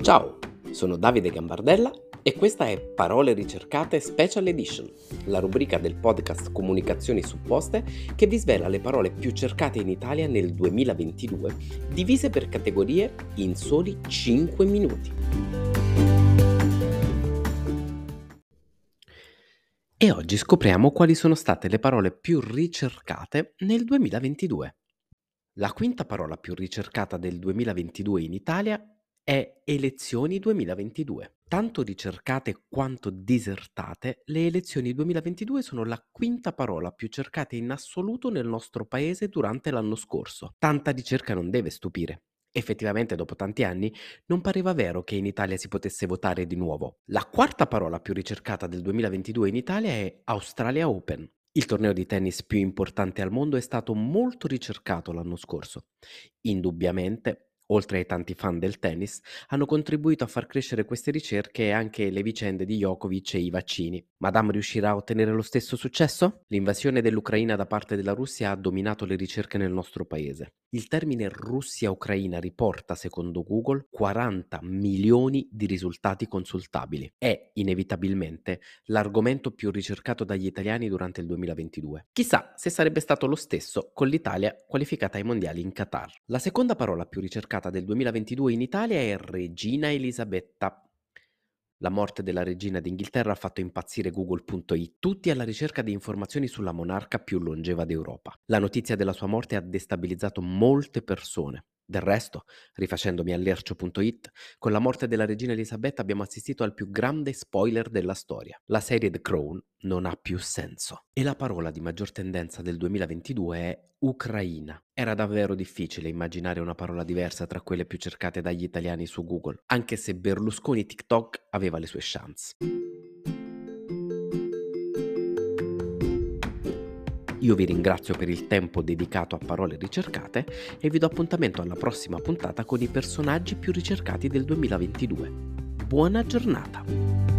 Ciao, sono Davide Gambardella e questa è Parole ricercate Special Edition, la rubrica del podcast Comunicazioni Supposte che vi svela le parole più cercate in Italia nel 2022, divise per categorie in soli 5 minuti. E oggi scopriamo quali sono state le parole più ricercate nel 2022. La quinta parola più ricercata del 2022 in Italia è elezioni 2022. Tanto ricercate quanto disertate, le elezioni 2022 sono la quinta parola più cercata in assoluto nel nostro paese durante l'anno scorso. Tanta ricerca non deve stupire. Effettivamente, dopo tanti anni, non pareva vero che in Italia si potesse votare di nuovo. La quarta parola più ricercata del 2022 in Italia è Australia Open. Il torneo di tennis più importante al mondo è stato molto ricercato l'anno scorso. Indubbiamente, oltre ai tanti fan del tennis, hanno contribuito a far crescere queste ricerche anche le vicende di Djokovic e i vaccini. Madame riuscirà a ottenere lo stesso successo? L'invasione dell'Ucraina da parte della Russia ha dominato le ricerche nel nostro paese. Il termine Russia-Ucraina riporta, secondo Google, 40 milioni di risultati consultabili. È, inevitabilmente, l'argomento più ricercato dagli italiani durante il 2022. Chissà se sarebbe stato lo stesso con l'Italia qualificata ai mondiali in Qatar. La seconda parola più ricercata del 2022 in Italia è Regina Elisabetta. La morte della regina d'Inghilterra ha fatto impazzire Google.it, tutti alla ricerca di informazioni sulla monarca più longeva d'Europa. La notizia della sua morte ha destabilizzato molte persone. Del resto, rifacendomi a lercio.it, con la morte della regina Elisabetta abbiamo assistito al più grande spoiler della storia. La serie The Crown non ha più senso. E la parola di maggior tendenza del 2022 è Ucraina. Era davvero difficile immaginare una parola diversa tra quelle più cercate dagli italiani su Google, anche se Berlusconi TikTok aveva le sue chance. Io vi ringrazio per il tempo dedicato a parole ricercate e vi do appuntamento alla prossima puntata con i personaggi più ricercati del 2022. Buona giornata!